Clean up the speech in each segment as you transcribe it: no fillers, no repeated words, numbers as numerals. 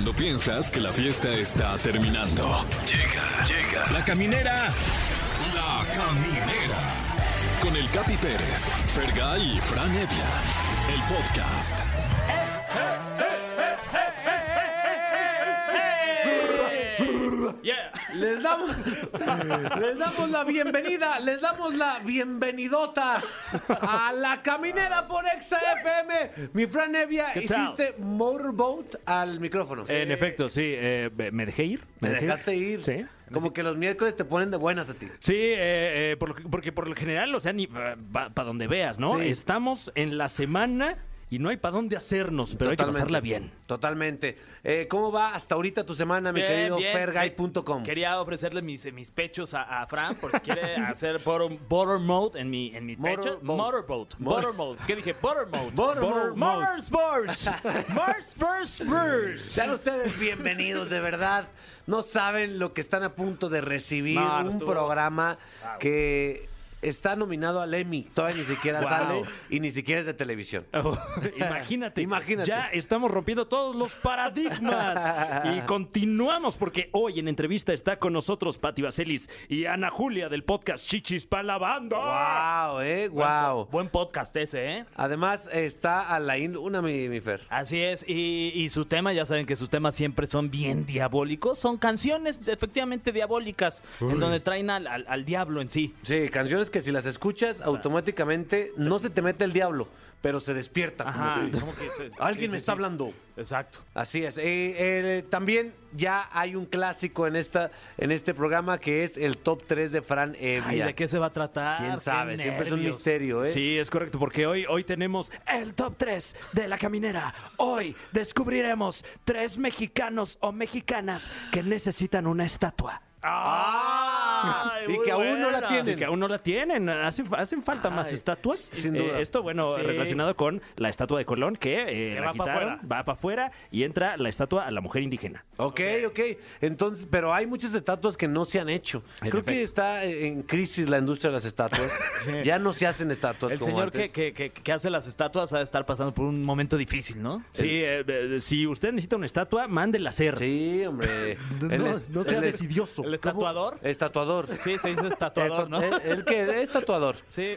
Cuando piensas que la fiesta está terminando. Llega. La Caminera. La Caminera. Con el Capi Pérez, Fergay y Fran Evia. El podcast. Yeah. Les damos la bienvenida, les damos la bienvenidota a La Caminera por Exa FM. Mi Fran Evia, ¿Qué tal? hiciste motorboat al micrófono. En efecto, sí. ¿Me dejé ir? Me dejaste ir. Sí. Como que los miércoles te ponen de buenas a ti. Sí, porque por lo general, o sea, ni para donde veas, ¿no? Sí. Estamos en la semana y no hay para dónde hacernos, pero hay que pasarla bien. Totalmente. ¿Cómo va hasta ahorita tu semana, mi querido Fergay.com? Quería ofrecerle mis pechos a Fran por si quiere hacer butter mode en mi pecho. Motorboat. ¿Qué dije? Butter mode. Motorsports. Motorsports. Sean ustedes bienvenidos, de verdad. No saben lo que están a punto de recibir. No, un estuvo- programa que está nominado al Emmy. Todavía ni siquiera Wow. sale y ni siquiera es de televisión. Imagínate, Imagínate. ya estamos rompiendo todos los paradigmas y continuamos porque hoy en entrevista está con nosotros Pati Vaselis y Ana Julia del podcast Chichis pa' la Banda. Wow. Buen podcast ese, ¿eh? Además está Alain Luna, mi Fer. Así es, y su tema, ya saben que sus temas siempre son bien diabólicos. Son canciones efectivamente diabólicas, en donde traen al diablo en sí. Sí, canciones que si las escuchas automáticamente no se te mete el diablo, pero se despierta. como Ajá. que, como que Alguien me sí, está sí. hablando. Exacto. Así es. También ya hay un clásico en este programa que es el top 3 de Fran Evia. Ay, ¿de qué se va a tratar? ¿Quién Qué sabe? Siempre es un nervios. misterio, ¿eh? Sí, es correcto, porque hoy tenemos el top 3 de la caminera. Hoy descubriremos 3 mexicanos o mexicanas que necesitan una estatua. Ay, y muy que aún no la buena. tienen. Y que aún no la tienen. Hacen falta más estatuas. sin duda. Esto, bueno, Sí. relacionado con la estatua de Colón, que Que la va pa' quitaron, afuera. va para afuera y entra la estatua a la mujer indígena. Ok. Entonces, pero hay muchas estatuas que no se han hecho. En Creo que efecto. está en crisis la industria de las estatuas. Ya no se hacen estatuas El como señor antes. que hace las estatuas ha de estar pasando por un momento difícil, ¿no? Sí, si usted necesita una estatua, mándela a hacer. Sí, hombre. No sea decidioso. ¿El estatuador? Estatuador. Sí, se dice estatuador, ¿no? ¿El qué? Es tatuador. Sí.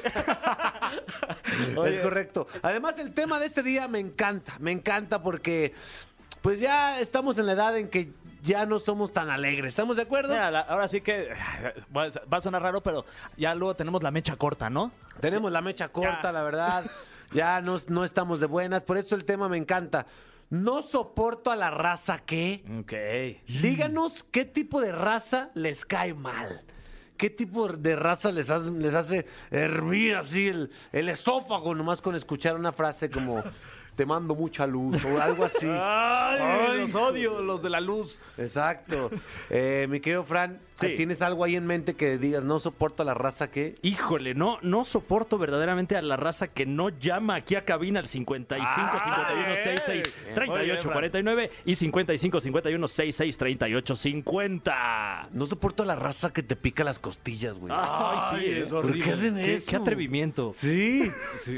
Es correcto. Además, el tema de este día me encanta porque pues ya estamos en la edad en que ya no somos tan alegres. ¿Estamos de acuerdo? Mira, ahora sí que va a sonar raro, pero ya luego tenemos la mecha corta, ¿no? Tenemos la mecha corta, Ya. la verdad. Ya no estamos de buenas. Por eso el tema me encanta. No soporto a la raza que... Ok. Díganos qué tipo de raza les cae mal. ¿Qué tipo de raza les hace hervir así el esófago nomás con escuchar una frase como te mando mucha luz o algo así? Ay, los odio, los de la luz. Exacto. Mi querido Fran, Sí. ¿tienes algo ahí en mente que digas no soporto a la raza que? Híjole, no soporto verdaderamente a la raza que no llama aquí a cabina al 55 51 66 38 49 y 55 51 66 38 50. No soporto a la raza que te pica las costillas, güey. Ay, sí, es ¿Por qué hacen Qué eso? atrevimiento. Sí.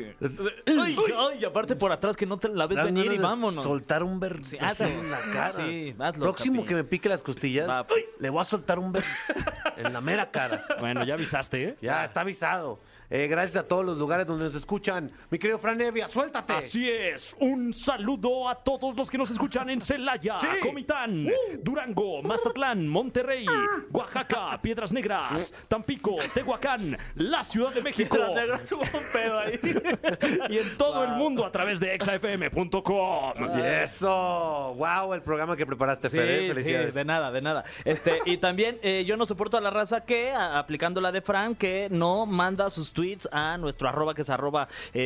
Ay, y aparte por atrás que no te la ves Dan venir y ganas de vámonos. Soltar un ver Sí, así hazlo. en la cara. Sí, hazlo, Próximo Capi. que me pique las costillas, Va. le voy a soltar un ver en la mera cara. Bueno, ya avisaste, ¿eh? Ya, está avisado. Gracias a todos los lugares donde nos escuchan. Mi querido Fran Evia, suéltate. Así es, un saludo a todos los que nos escuchan en Celaya, Sí. Comitán, Durango, Mazatlán, Monterrey, Oaxaca, Piedras Negras, Tampico, Tehuacán, la Ciudad de México Hubo un pedo ahí. y en todo el mundo a través de exafm.com. Y eso. Wow, el programa que preparaste, Sí, Fer. sí, Felicidades. de nada, de nada. Y también yo no soporto a la raza que, aplicando la de Fran, que no manda sus tweets a nuestro arroba, que es arroba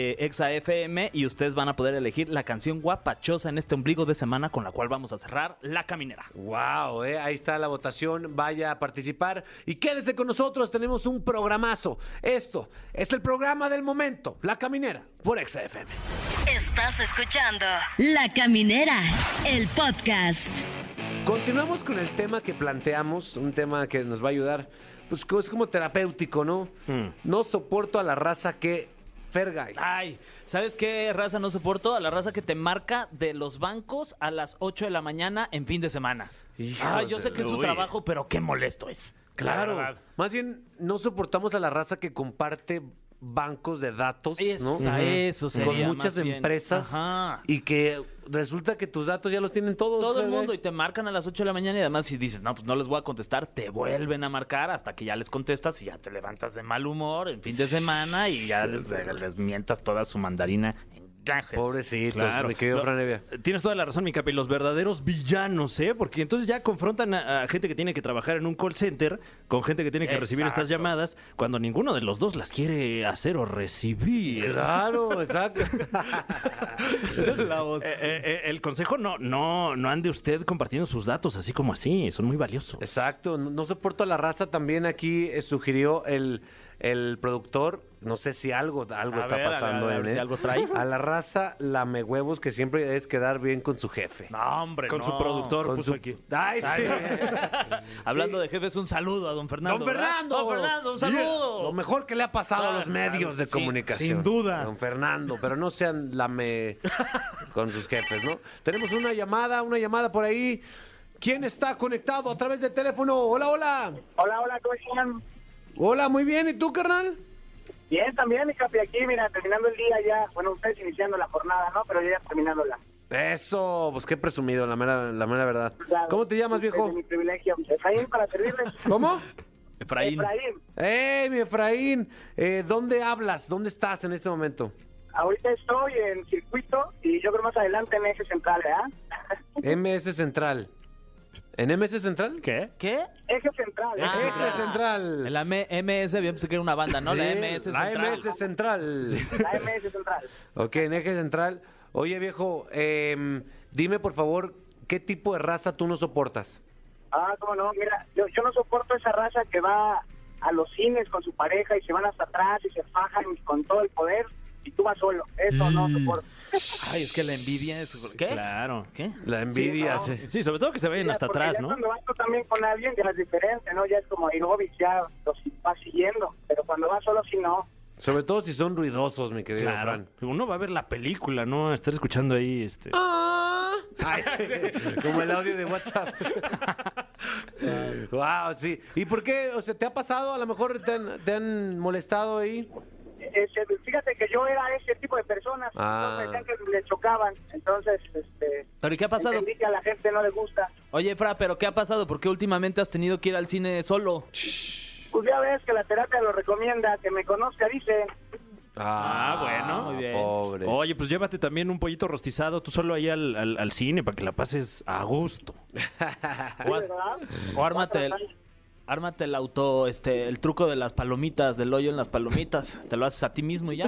exafm, y ustedes van a poder elegir la canción guapachosa en este ombligo de semana con la cual vamos a cerrar La Caminera. Wow, ahí está la votación. Vaya a participar y quédese con nosotros. Tenemos un programazo. Esto es el programa del momento, La Caminera, por XFM. Estás escuchando La Caminera, el podcast. Continuamos con el tema que planteamos, un tema que nos va a ayudar, pues es como terapéutico, ¿no? No soporto a la raza que Fergay. Ay, ¿sabes qué raza no soporto? A la raza que te marca de los bancos a las 8 de la mañana en fin de semana. Hijos Yo sé que es su Uy. trabajo, pero qué molesto es. Claro. La verdad. Más bien, no soportamos a la raza que comparte bancos de datos, ¿no? Eso sería Con muchas más bien. empresas Ajá. y que resulta que tus datos ya los tienen todos. Todo el Fergay. mundo y te marcan a las 8 de la mañana y además si dices, no, pues no les voy a contestar, te vuelven a marcar hasta que ya les contestas y ya te levantas de mal humor en fin de semana y ya les mientas toda su mandarina en gajes. Pobrecitos, Claro. mi querido No, Fran Evia. Tienes toda la razón, mi capi. Los verdaderos villanos, ¿eh? Porque entonces ya confrontan a gente que tiene que trabajar en un call center con gente que tiene que recibir estas llamadas cuando ninguno de los dos las quiere hacer o recibir. Claro, exacto. La voz. El consejo no ande usted compartiendo sus datos así como así. Son muy valiosos. Exacto, no soporto a la raza. También aquí sugirió el productor, no sé si algo está ver, pasando a ver en si algo trae. A la raza lame huevos que siempre debes quedar bien con su jefe. No, hombre, Con su productor Con puso su- aquí. Ay, sí. Hablando de jefes, un saludo a don Fernando. Don ¿verdad? Fernando. Don Fernando, un saludo. Lo mejor que le ha pasado a los medios de sí, comunicación. sin duda. Don Fernando, pero no sean lame con sus jefes, ¿no? Tenemos una llamada por ahí. ¿Quién está conectado a través del teléfono? Hola, hola. Hola, ¿cómo están? Hola, muy bien. ¿Y tú, carnal? Bien, también, mi capi, aquí, mira, terminando el día ya. Bueno, ustedes iniciando la jornada, ¿no? Pero yo ya terminándola. Eso, pues qué presumido, la mera verdad. Claro. ¿Cómo te llamas, viejo? Es mi privilegio. Efraín, para servirles. ¿Cómo? Efraín. Efraín, ¡Ey, mi Efraín! ¿Dónde hablas? ¿Dónde estás en este momento? ahorita estoy en circuito y yo creo más adelante en Eje Central, ¿verdad? MS Central. ¿En MS Central? ¿Qué? ¿Qué? Eje Central. Ah. Eje Central. La MS, bien pensé que era una banda, ¿no? La Sí, MS la Central. MS Central. La MS Central. Ok, en Eje Central. Oye, viejo, dime por favor, ¿qué tipo de raza tú no soportas? Ah, cómo no, mira, yo no soporto esa raza que va a los cines con su pareja y se van hasta atrás y se fajan con todo el poder y tú vas solo. Eso no soporto. Ay, es que la envidia es... ¿Qué? Claro. ¿Qué? La envidia. Sí, sí. Sí, sobre todo que se vayan Mira, hasta porque atrás, ya ¿no? Cuando vas tú también con alguien ya es diferente, ¿no? Ya es como Aerobic, ya los vas siguiendo, pero cuando vas solo sí no. Sobre todo si son ruidosos, mi querido Claro. Fran. Uno va a ver la película, ¿no? Estar escuchando ahí, Ay, sí, como el audio de WhatsApp. Wow, sí. ¿Y por qué? O sea, ¿te ha pasado? A lo mejor te han molestado ahí. Fíjate que yo era ese tipo de personas, Ah. entonces me decían que le chocaban, entonces ¿Pero y qué ha pasado? entendí que a la gente no le gusta. Oye, Fra, ¿pero qué ha pasado? ¿Por qué últimamente has tenido que ir al cine solo? Pues ya ves que la terapia lo recomienda, que me conozca, dice. bueno. Muy bien. Pobre. Oye, pues llévate también un pollito rostizado tú solo ahí al cine para que la pases a gusto. O, ¿Verdad? o ármate el auto, el truco de las palomitas, del hoyo en las palomitas. Te lo haces a ti mismo y ya.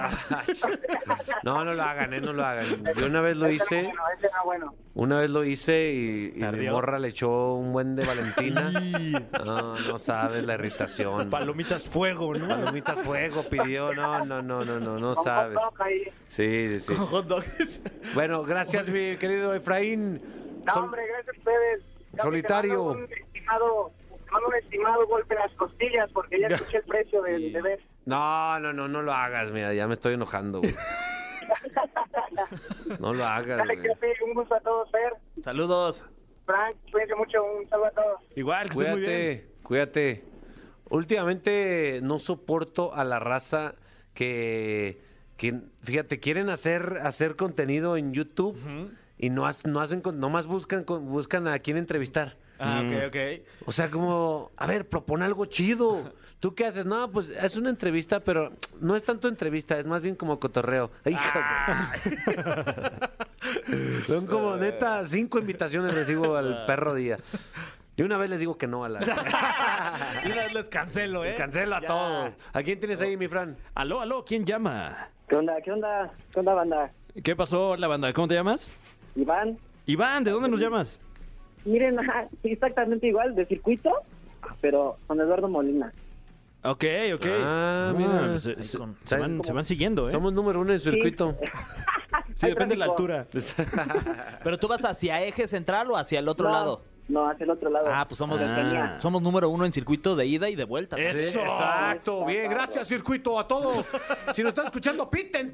No lo hagan, no lo hagan. Yo una vez lo hice. Ese era bueno. Una vez lo hice y mi Tardío. morra le echó un buen de Valentina. No sabes la irritación. Palomitas fuego, ¿no? Palomitas fuego pidió. No Con sabes. hot dog ahí. Sí. Hot dogs. Bueno, gracias, mi querido Efraín. No, hombre, gracias a ustedes. Solitario. Te mando un estimado golpe en las costillas porque ya escuché el precio del deber. No lo hagas, mira, ya me estoy enojando, güey. No lo hagas, Dale, güey. que un gusto a todos, Fer. Saludos. Frank, cuídense mucho, un saludo a todos. Igual, que estés muy bien. Cuídate. Últimamente no soporto a la raza que fíjate, quieren hacer contenido en YouTube y no hacen, nomás buscan a quién entrevistar. Ah, ok. O sea, como, a ver, propone algo chido. ¿Tú qué haces? No, pues es una entrevista, pero no es tanto entrevista, es más bien como cotorreo. Ay, hijos de- Son como, neta, 5 invitaciones recibo al perro día. Y una vez les digo que no a la... Y una vez les cancelo, Les cancelo a Ya. todos. ¿A quién tienes ahí, mi Fran? Aló, ¿quién llama? ¿Qué onda, banda? ¿Qué pasó, la banda? ¿Cómo te llamas? Iván, Iván, ¿de dónde nos llamas? miren, ajá, exactamente igual, de circuito, pero con Eduardo Molina. Ok. Ah, mira. pues, se van siguiendo, ¿eh? Somos número 1 en circuito. Sí, depende de la tráfico. altura. ¿Pero tú vas hacia eje central o hacia el otro No, lado? No, hacia el otro lado. Ah, pues somos Hacia número 1 en circuito de ida y de vuelta. Sí, exacto. Bien, gracias, circuito, a todos. Si nos están escuchando, piten.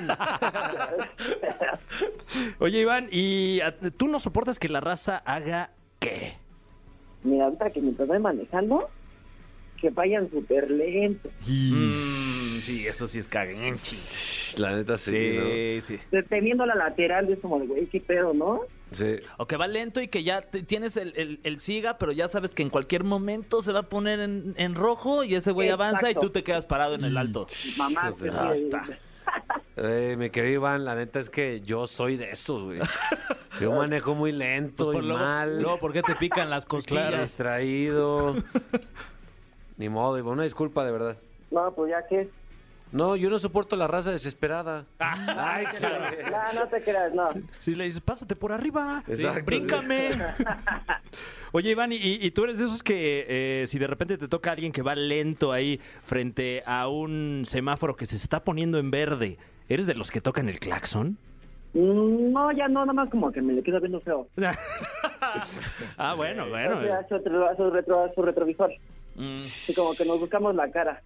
Oye, Iván, ¿y tú no soportas que la raza haga qué? Mira, ahorita que mientras voy manejando, que vayan súper lento. Sí, eso sí es caguenchi. La neta sí, Sí. Teniendo la lateral, es como de, güey, qué pedo, ¿no? ¿no? Sí. O que va lento y que ya tienes el siga, pero ya sabes que en cualquier momento se va a poner en rojo y ese güey avanza y Exacto. tú te quedas parado en el alto. Mamá, Hijos de sí, mi querido Iván, la neta es que yo soy de esos, güey. Yo manejo muy lento Pues y luego, mal. luego, ¿por qué te pican las costillas? Distraído. Ni modo, Iván, una disculpa, de verdad. No, pues ya que. No, yo no soporto la raza desesperada. Ay, sí. No te creas, no. Si le dices, pásate por arriba. Exacto, ¡Bríncame! Oye, Iván, ¿y tú eres de esos que si de repente te toca alguien que va lento ahí frente a un semáforo que se está poniendo en verde, ¿eres de los que tocan el claxon? No, ya no, nada más como que me le queda viendo feo. Bueno. O sea, su retrovisor. Y como que nos buscamos la cara.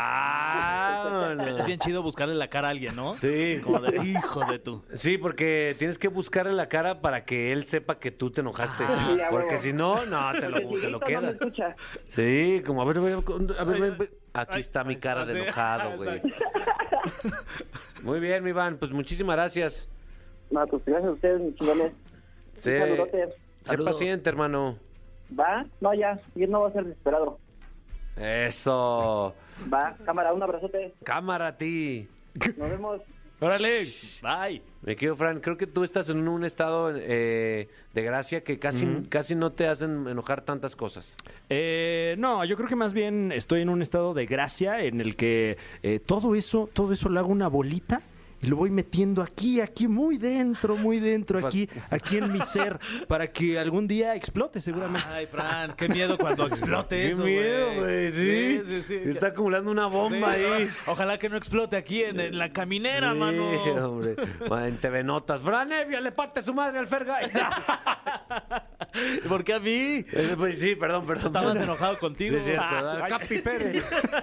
Es bien chido buscarle la cara a alguien, ¿no? Sí. Como de, hijo de tú. Sí, porque tienes que buscar en la cara para que él sepa que tú te enojaste. Sí, a Porque huevo. si no, te lo No me queda. escucha. Sí, como a ver, ven. Aquí está mi cara de enojado, güey. Muy bien, mi Iván, pues muchísimas gracias. No, pues gracias a ustedes, mis chingones. Sí. Un saludote. Sé Saludos. paciente, hermano. ¿Va? No, ya. Y él no va a ser desesperado. Eso. Va, cámara, un abrazote. Cámara a ti. Nos vemos. ¡Órale! Bye. Me querido Fran, creo que tú estás en un estado de gracia que casi no te hacen enojar tantas cosas. No, yo creo que más bien estoy en un estado de gracia en el que todo eso lo hago una bolita y lo voy metiendo aquí muy dentro, aquí en mi ser, para que algún día explote seguramente. Ay, Fran, qué miedo cuando explote eso, Sí. Sí. Está acumulando una bomba Sí, ahí. Ojalá que no explote aquí en la caminera, Sí, mano. hombre. En TV Notas. Fran Evia le parte su madre al Fergay. ¿Por qué a mí? Pues sí, perdón. Estabas enojado Sí, contigo. es cierto. Ah, Capi Pérez.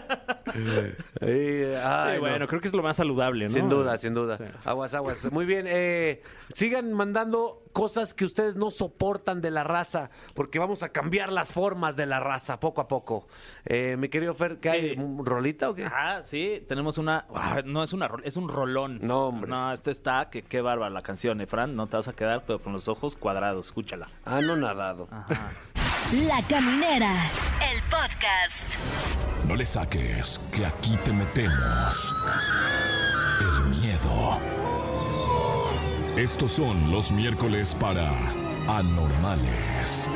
Sí, bueno, creo que es lo más saludable, ¿no? Sin duda. Sí. Aguas. Muy bien. Sigan mandando cosas que ustedes no soportan de la raza, porque vamos a cambiar las formas de la raza poco a poco. Mi querido Fer, ¿qué hay? Sí. ¿Un rolita o qué? Sí, tenemos una... No es una es un rolón. No, hombre. No, está, qué bárbara la canción, Fran. No te vas a quedar, pero con los ojos cuadrados. Escúchala. No nadado. Ajá. La Caminera, el podcast. No le saques, que aquí te metemos el miedo. Estos son los miércoles para Anormales.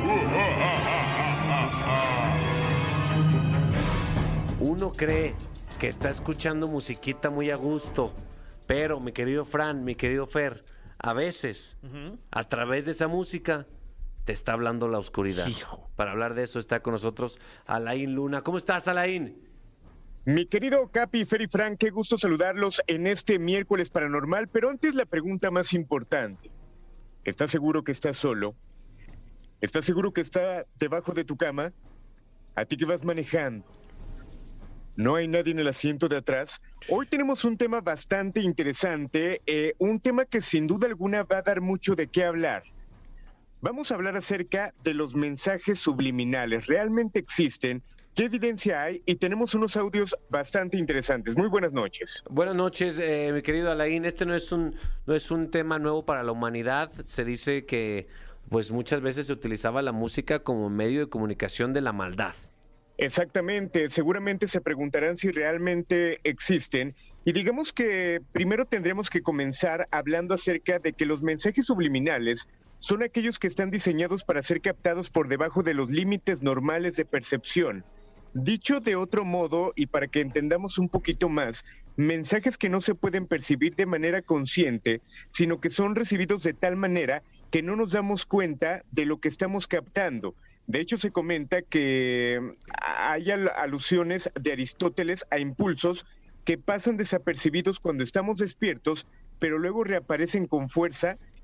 Uno cree que está escuchando musiquita muy a gusto, pero mi querido Fran, mi querido Fer, a veces, a través de esa música, te está hablando la oscuridad. Hijo. Para hablar de eso está con nosotros Alain Luna. ¿Cómo estás, Alain? Mi querido Capi, Fer y Frank, qué gusto saludarlos en este miércoles paranormal, pero antes la pregunta más importante. ¿Estás seguro que estás solo? ¿Estás seguro que está debajo de tu cama? ¿A ti que vas manejando? ¿No hay nadie en el asiento de atrás? Hoy tenemos un tema bastante interesante, un tema que sin duda alguna va a dar mucho de qué hablar. Vamos a hablar acerca de los mensajes subliminales. ¿Realmente existen? ¿Qué evidencia hay? Y tenemos unos audios bastante interesantes. Muy buenas noches. Buenas noches, mi querido Alain. Este no es un tema nuevo para la humanidad. Se dice que pues muchas veces se utilizaba la música como medio de comunicación de la maldad. Exactamente, seguramente se preguntarán si realmente existen y digamos que primero tendremos que comenzar hablando acerca de que los mensajes subliminales son aquellos que están diseñados para ser captados por debajo de los límites normales de percepción. Dicho de otro modo y para que entendamos un poquito más, mensajes que no se pueden percibir de manera consciente, sino que son recibidos de tal manera que no nos damos cuenta de lo que estamos captando. De hecho, se comenta que hay alusiones de Aristóteles a impulsos que pasan desapercibidos cuando estamos despiertos, pero luego reaparecen con fuerza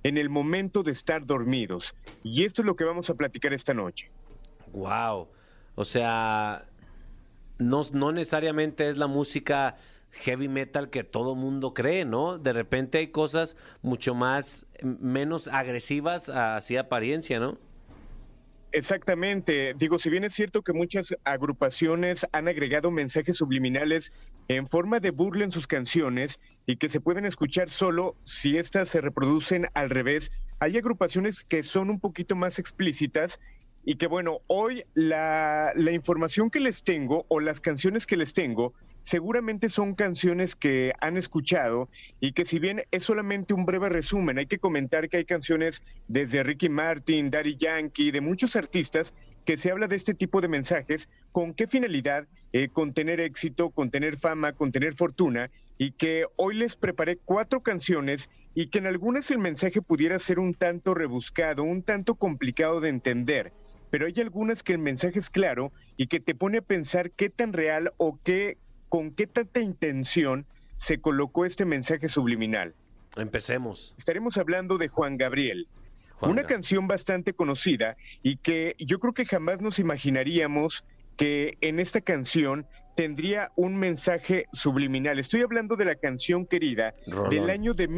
en el momento de estar dormidos. Y esto es lo que vamos a platicar esta noche. Wow. O sea, no necesariamente es la música heavy metal que todo mundo cree, ¿no? De repente hay cosas mucho menos agresivas así apariencia, ¿no? Exactamente. Digo, si bien es cierto que muchas agrupaciones han agregado mensajes subliminales en forma de burla en sus canciones y que se pueden escuchar solo si éstas se reproducen al revés, hay agrupaciones que son un poquito más explícitas y que, bueno, hoy la información que les tengo o las canciones que les tengo seguramente son canciones que han escuchado y que si bien es solamente un breve resumen, hay que comentar que hay canciones desde Ricky Martin, Daddy Yankee, de muchos artistas que se habla de este tipo de mensajes. ¿Con qué finalidad? Con tener éxito, con tener fama, con tener fortuna, y que hoy les preparé 4 canciones y que en algunas el mensaje pudiera ser un tanto rebuscado, un tanto complicado de entender. Pero hay algunas que el mensaje es claro y que te pone a pensar qué tan real o con qué tanta intención se colocó este mensaje subliminal. Empecemos. Estaremos hablando de Juan Gabriel. Una canción bastante conocida y que yo creo que jamás nos imaginaríamos que en esta canción tendría un mensaje subliminal. Estoy hablando de la canción Querida del año de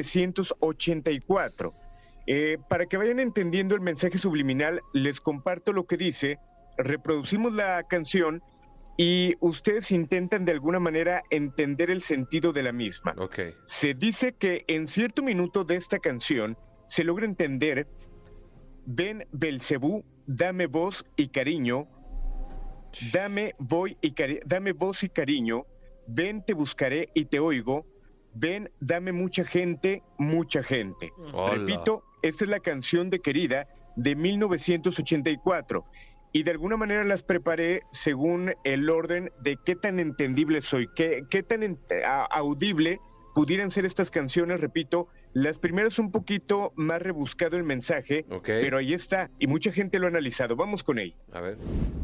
1984. Para que vayan entendiendo el mensaje subliminal, les comparto lo que dice. Reproducimos la canción y ustedes intentan de alguna manera entender el sentido de la misma. Okay. Se dice que en cierto minuto de esta canción se logra entender: ven Belcebú, dame voz y cariño, dame voz y cariño, ven te buscaré y te oigo, ven dame mucha gente, mucha gente. Hola. Repito, esta es la canción de Querida de 1984. Y de alguna manera las preparé según el orden de qué tan entendible soy, qué tan audible pudieran ser estas canciones. Repito, las primeras un poquito más rebuscado el mensaje, pero ahí está, y mucha gente lo ha analizado. Vamos con ello. A ver.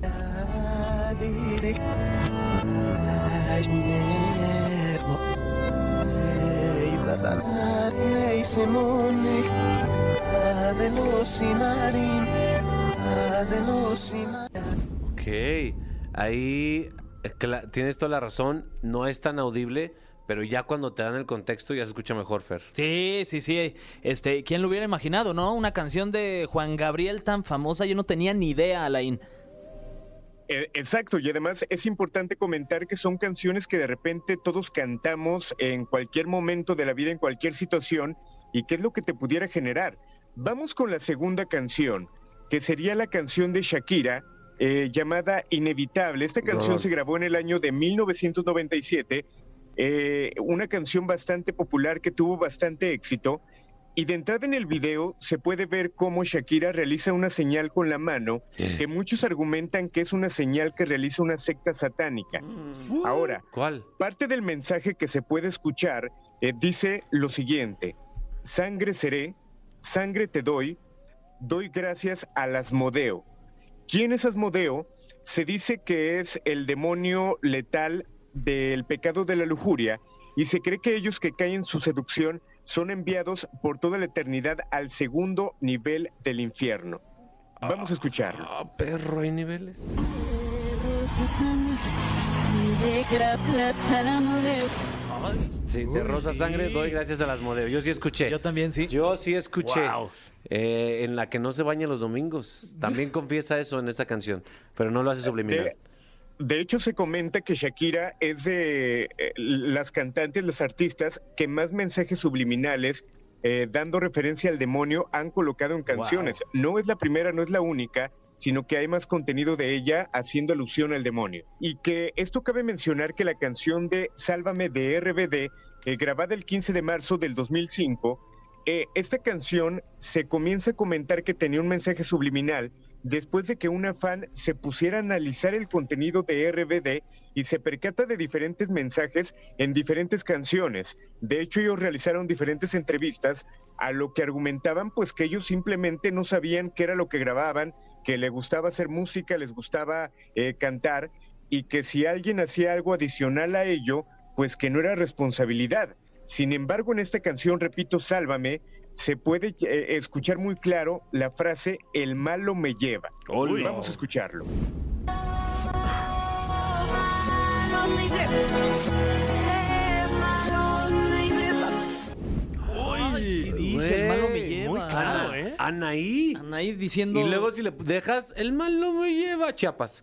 Ok, ahí tienes toda la razón, no es tan audible, pero ya cuando te dan el contexto ya se escucha mejor, Fer. Sí. ¿Quién lo hubiera imaginado, no? Una canción de Juan Gabriel tan famosa, yo no tenía ni idea, Alain. Exacto, y además es importante comentar que son canciones que de repente todos cantamos en cualquier momento de la vida, en cualquier situación, y qué es lo que te pudiera generar. Vamos con la segunda canción, que sería la canción de Shakira, llamada Inevitable. Esta canción se grabó en el año de 1997, una canción bastante popular que tuvo bastante éxito, y de entrada en el video se puede ver cómo Shakira realiza una señal con la mano, que muchos argumentan que es una señal que realiza una secta satánica. Ahora, ¿cuál? Parte del mensaje que se puede escuchar dice lo siguiente: sangre seré, sangre te doy gracias al Asmodeo. ¿Quién es Asmodeo? Se dice que es el demonio letal del pecado de la lujuria, y se cree que ellos que caen en su seducción son enviados por toda la eternidad al segundo nivel del infierno. Vamos a escucharlo. Perro, hay niveles. Sí, de rosa sangre doy gracias a las Asmodeo. Yo sí escuché. Yo también, sí. Yo sí escuché. Wow. En la que no se baña los domingos. También confiesa eso en esta canción, pero no lo hace subliminal. De hecho, se comenta que Shakira es de las cantantes, las artistas que más mensajes subliminales, dando referencia al demonio, han colocado en canciones. Wow. No es la primera, no es la única, sino que hay más contenido de ella haciendo alusión al demonio. Y que esto cabe mencionar que la canción de Sálvame de RBD, grabada el 15 de marzo del 2005, esta canción se comienza a comentar que tenía un mensaje subliminal después de que una fan se pusiera a analizar el contenido de RBD y se percata de diferentes mensajes en diferentes canciones. De hecho, ellos realizaron diferentes entrevistas a lo que argumentaban pues que ellos simplemente no sabían qué era lo que grababan, que les gustaba hacer música, les gustaba cantar, y que si alguien hacía algo adicional a ello, pues que no era responsabilidad. Sin embargo, en esta canción, repito, Sálvame, se puede escuchar muy claro la frase "el malo me lleva". Uy, Vamos a escucharlo. Ay, sí dice, el malo me güey, lleva. muy claro, ¿eh? Anaí. Anaí diciendo... Y luego si le dejas, el malo me lleva a Chiapas.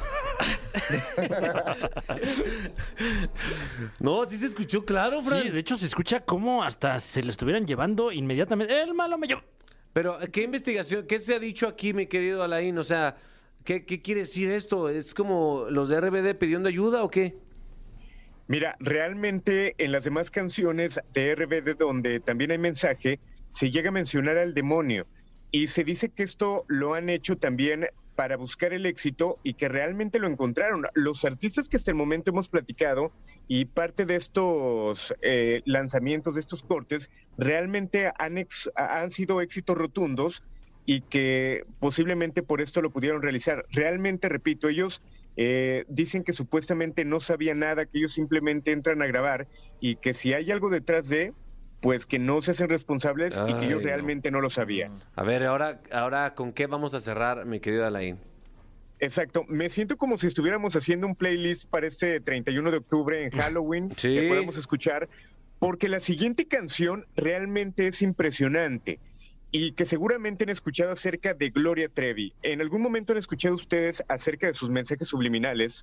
No, sí se escuchó claro, Fran. Sí, de hecho se escucha como hasta se le estuvieran llevando inmediatamente. El malo me lleva. Pero, ¿qué investigación, qué se ha dicho aquí, mi querido Alain? O sea, ¿qué quiere decir esto? ¿Es como los de RBD pidiendo ayuda o qué? Mira, realmente en las demás canciones de RBD donde también hay mensaje, se llega a mencionar al demonio y se dice que esto lo han hecho también para buscar el éxito y que realmente lo encontraron. Los artistas que hasta el momento hemos platicado y parte de estos lanzamientos, de estos cortes, realmente han sido éxitos rotundos y que posiblemente por esto lo pudieron realizar. Realmente, repito, ellos dicen que supuestamente no sabían nada, que ellos simplemente entran a grabar y que si hay algo detrás de, pues que no se hacen responsables y que ellos realmente no lo sabían. A ver, ahora ¿con qué vamos a cerrar, mi querido Alain? Exacto, me siento como si estuviéramos haciendo un playlist para este 31 de octubre en Halloween, Sí. que podemos escuchar, porque la siguiente canción realmente es impresionante y que seguramente han escuchado acerca de Gloria Trevi. ¿En algún momento han escuchado ustedes acerca de sus mensajes subliminales?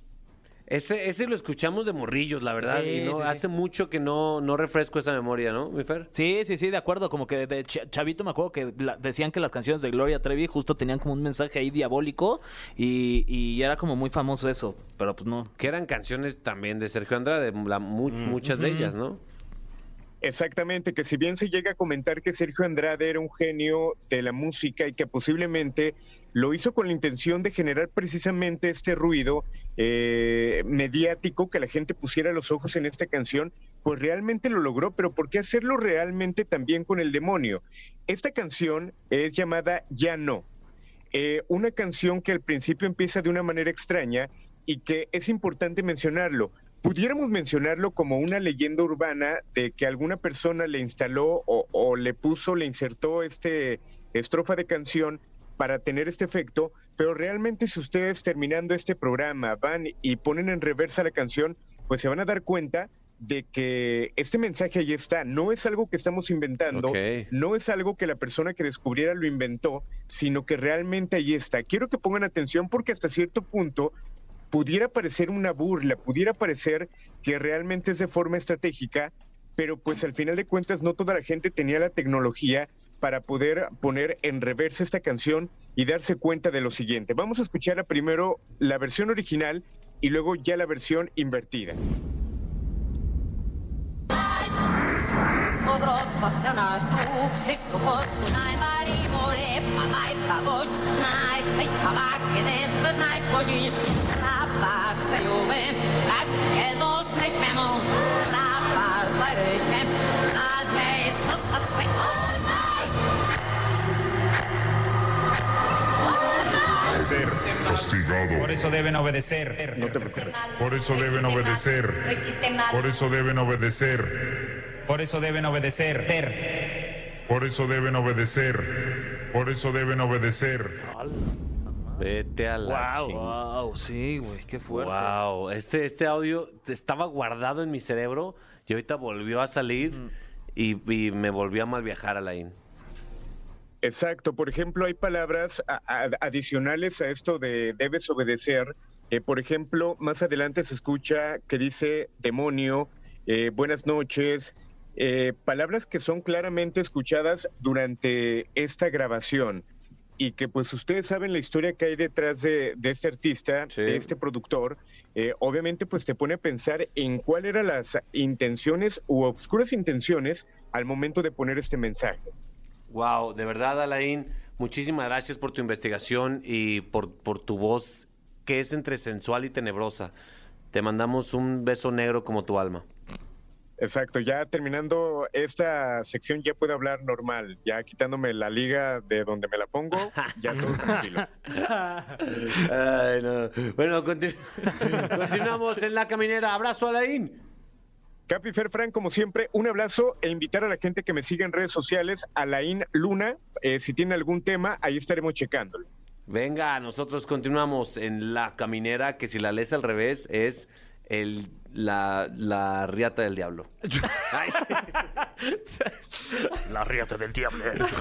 Ese lo escuchamos de morrillos, la verdad, Sí, y no sí, sí. hace mucho que no refresco esa memoria, ¿no, mi Fer? Sí, de acuerdo. Como que de chavito me acuerdo que decían que las canciones de Gloria Trevi justo tenían como un mensaje ahí diabólico y era como muy famoso eso, pero pues no. Que eran canciones también de Sergio Andrade, muchas de ellas, ¿no? Exactamente, que si bien se llega a comentar que Sergio Andrade era un genio de la música y que posiblemente lo hizo con la intención de generar precisamente este ruido mediático, que la gente pusiera los ojos en esta canción, pues realmente lo logró, pero ¿por qué hacerlo realmente también con el demonio? Esta canción es llamada Ya No, una canción que al principio empieza de una manera extraña y que es importante mencionarlo. Pudiéramos mencionarlo como una leyenda urbana de que alguna persona le instaló o le insertó estrofa de canción para tener este efecto, pero realmente si ustedes terminando este programa van y ponen en reversa la canción, pues se van a dar cuenta de que este mensaje ahí está. No es algo que estamos inventando, Ok. no es algo que la persona que descubriera lo inventó, sino que realmente ahí está. Quiero que pongan atención porque hasta cierto punto pudiera parecer una burla, pudiera parecer que realmente es de forma estratégica, pero pues al final de cuentas no toda la gente tenía la tecnología para poder poner en reversa esta canción y darse cuenta de lo siguiente. Vamos a escuchar primero la versión original y luego ya la versión invertida. Ser castigado. Por eso deben obedecer. No te preocupes. Por eso deben obedecer. Por eso deben obedecer. Por eso deben obedecer. Por eso deben obedecer. Por eso deben obedecer. Vete a la Wow. chingada. Wow, sí, güey, qué fuerte. Wow, este audio estaba guardado en mi cerebro y ahorita volvió a salir y me volvió a mal viajar, Alain. Exacto, por ejemplo, hay palabras adicionales a esto de debes obedecer. Por ejemplo, más adelante se escucha que dice demonio, buenas noches, palabras que son claramente escuchadas durante esta grabación y que pues ustedes saben la historia que hay detrás de este artista, Sí. de este productor. Obviamente pues te pone a pensar en cuáles eran las intenciones u obscuras intenciones al momento de poner este mensaje. Wow, de verdad, Alain, muchísimas gracias por tu investigación y por tu voz que es entre sensual y tenebrosa. Te mandamos un beso negro como tu alma. Exacto, ya terminando esta sección ya puedo hablar normal, ya quitándome la liga de donde me la pongo, ya todo tranquilo. Ay, no. Bueno, continuamos en La Caminera. Abrazo, Alain. Capi, Fer, Fran, como siempre, un abrazo e invitar a la gente que me siga en redes sociales, Alain Luna. Si tiene algún tema, ahí estaremos checándolo. Venga, nosotros continuamos en La Caminera, que si la lees al revés es la riata del diablo. Ay, sí. La riata del diablo.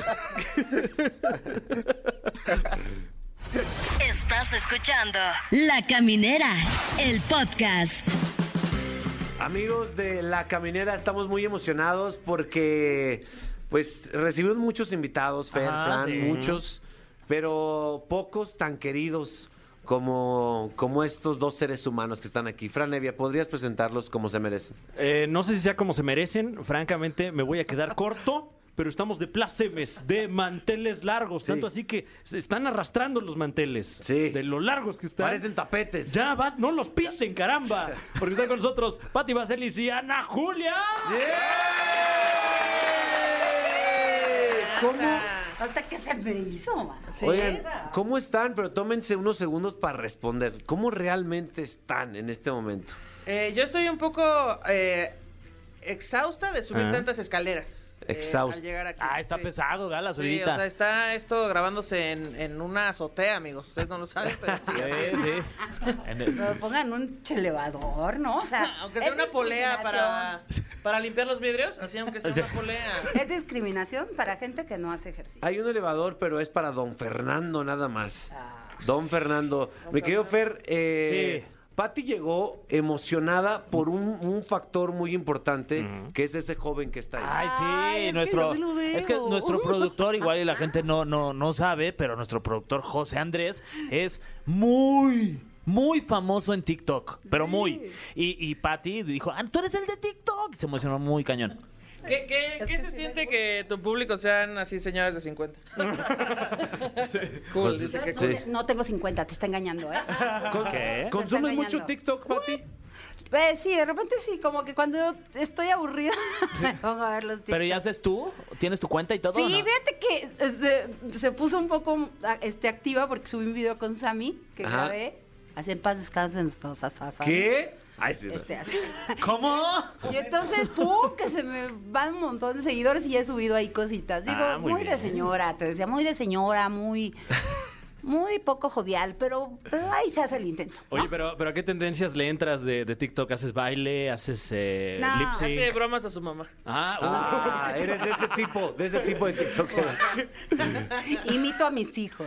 Estás escuchando La Caminera, el podcast. Amigos de La Caminera, estamos muy emocionados porque pues recibimos muchos invitados, Fer, Fran, sí. muchos, pero pocos tan queridos como estos dos seres humanos que están aquí. Fran Evia, ¿podrías presentarlos como se merecen? No sé si sea como se merecen. Francamente, me voy a quedar corto. Pero estamos de plácemes, de manteles largos. Sí. Tanto así que se están arrastrando los manteles. Sí. De lo largos que están. Parecen tapetes. Ya vas, no los pisen, caramba. Porque están con nosotros Pati Vaselis y Ana Julia. ¿Cómo? Hasta que se me hizo, man. Sí. Oigan, ¿cómo están? Pero tómense unos segundos para responder. ¿Cómo realmente están en este momento? Yo estoy un poco exhausta de subir tantas escaleras. Exhausta. Al llegar aquí. Está Sí. pesado, Galas, Sí, ahorita. o sea, está esto grabándose en una azotea, amigos. Ustedes no lo saben, pero sí. así es. Sí. En el- Pero pongan un elevador, ¿no? O sea, Aunque sea es una polea discriminación. para limpiar los vidrios, así aunque sea una polea. Es discriminación para gente que no hace ejercicio. Hay un elevador, pero es para don Fernando nada más. Ah. Don Fernando. Mi querido Fer, Sí. Pati llegó emocionada por un factor muy importante, que es ese joven que está ahí. Ay, sí, Ay, es que nuestro yo sí lo veo. es que nuestro productor, igual y la gente no sabe, pero nuestro productor José Andrés es muy famoso en TikTok, pero muy. Y Patty dijo, tú eres el de TikTok. Y se emocionó muy cañón. ¿Qué Es se que sí siente me que tu público sean así señoras de 50? Cool, dice que cool. No tengo 50, te está engañando, ¿eh? ¿Qué? ¿Consumes Está mucho engañando. TikTok, Pati? Sí, de repente sí, como que cuando estoy aburrida me pongo a ver los TikTok. ¿Pero ya haces tú? ¿Tienes tu cuenta y todo? Sí, o no? fíjate que se puso un poco activa porque subí un video con Sammy que Ajá. grabé. Así en paz descansen nuestros ¿Qué? Ay, sí. Así. ¿Cómo? Y entonces, ¡pum! Que se me van un montón de seguidores y ya he subido ahí cositas. Digo, Ah, muy muy de bien. señora, te decía, muy de señora, muy poco jovial, pero ahí se hace el intento. ¿no? Oye, pero ¿a qué tendencias le entras de TikTok? ¿Haces baile? ¿Haces No, lip sync? Hace bromas a su mamá. Ah, eres de ese tipo de TikTok. Imito a mis hijos.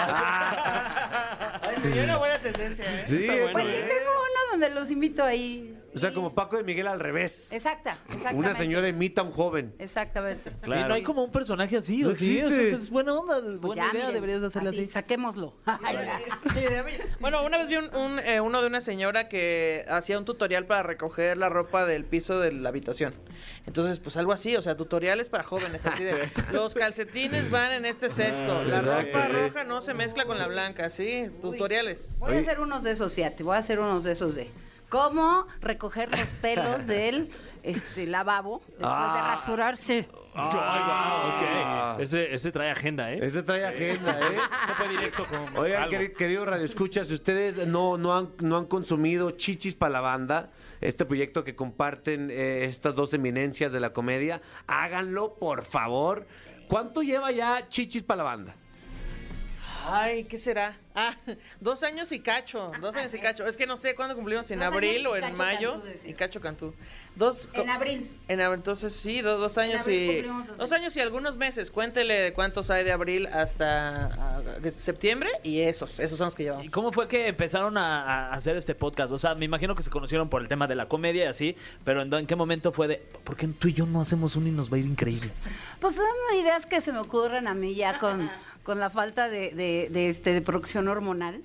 Ay, señora, buena tendencia, ¿eh? Sí, bueno, Pues sí, ¿eh? tengo una donde los invito ahí. o sea, como Paco de Miguel al revés. Exactamente. Una señora imita a un joven. Exactamente. Sí, no hay como un personaje así, No ¿o sí? O sea, existe. es buena onda, Pues buena ya, idea, miren, deberías de hacerle así. Saquémoslo. Bueno, una vez vi uno de una señora que hacía un tutorial para recoger la ropa del piso de la habitación. Entonces, pues algo así, o sea, tutoriales para jóvenes, así de los calcetines van en este cesto, la exacto, ropa sí. roja no se mezcla con la blanca, sí, tutoriales. Voy a hacer unos de esos, fíjate, voy a hacer unos de esos de cómo recoger los pelos del lavabo después de rasurarse. Ay, wow, ok. Ese trae agenda, ¿eh? Ese trae agenda, ¿eh? Se fue directo con Oigan, algo. querido Radio Escucha, si ustedes no han consumido Chichis para la Banda, este proyecto que comparten estas dos eminencias de la comedia, háganlo, por favor. ¿Cuánto lleva ya Chichis para la Banda? Ay, ¿qué será? 2 años y cacho, 2 años y cacho. Es que no sé cuándo cumplimos, si en 2 años abril y o en cacho mayo. Cantú, decía. Y cacho Cantú. En abril. Entonces sí, 2 años abril y... cumplimos 2 2 años y algunos meses. Cuéntele de cuántos hay de abril hasta septiembre y esos son los que llevamos. ¿Y cómo fue que empezaron a hacer este podcast? O sea, me imagino que se conocieron por el tema de la comedia y así, pero ¿en qué momento fue de, ¿por qué tú y yo no hacemos uno y nos va a ir increíble? Pues son ideas que se me ocurren a mí ya con la falta de producción hormonal.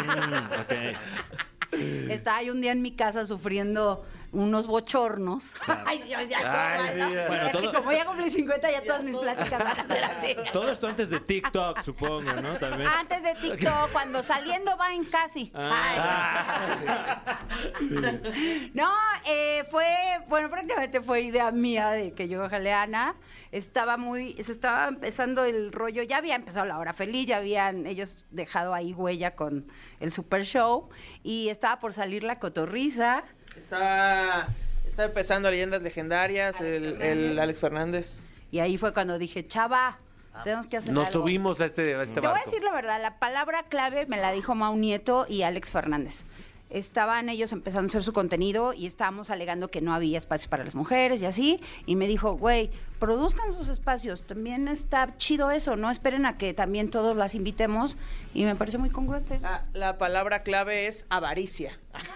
Estaba yo un día en mi casa sufriendo unos bochornos. Ay, Dios, ya Ay, sí, ya. Bueno, es que todo- como ya cumplí 50, ya todas mis pláticas van a ser así. Todo esto antes de TikTok, supongo, ¿no? También. Antes de TikTok, cuando saliendo va en casi. No, prácticamente fue idea mía de que yo jalé a Ana. Se estaba empezando el rollo, ya había empezado La Hora Feliz, ya habían ellos dejado ahí huella con el Super Show y estaba por salir La Cotorrisa. Estaba Está empezando Leyendas Legendarias, el Alex Fernández. Y ahí fue cuando dije, chava, tenemos que hacer Nos algo. subimos a este Te voy barco. a decir la verdad, la palabra clave me la dijo Mau Nieto y Alex Fernández. Estaban ellos empezando a hacer su contenido y estábamos alegando que no había espacios para las mujeres y así. Y me dijo, güey, produzcan sus espacios. También está chido eso. No esperen a que también todos las invitemos. Y me pareció muy congruente. La palabra clave es avaricia.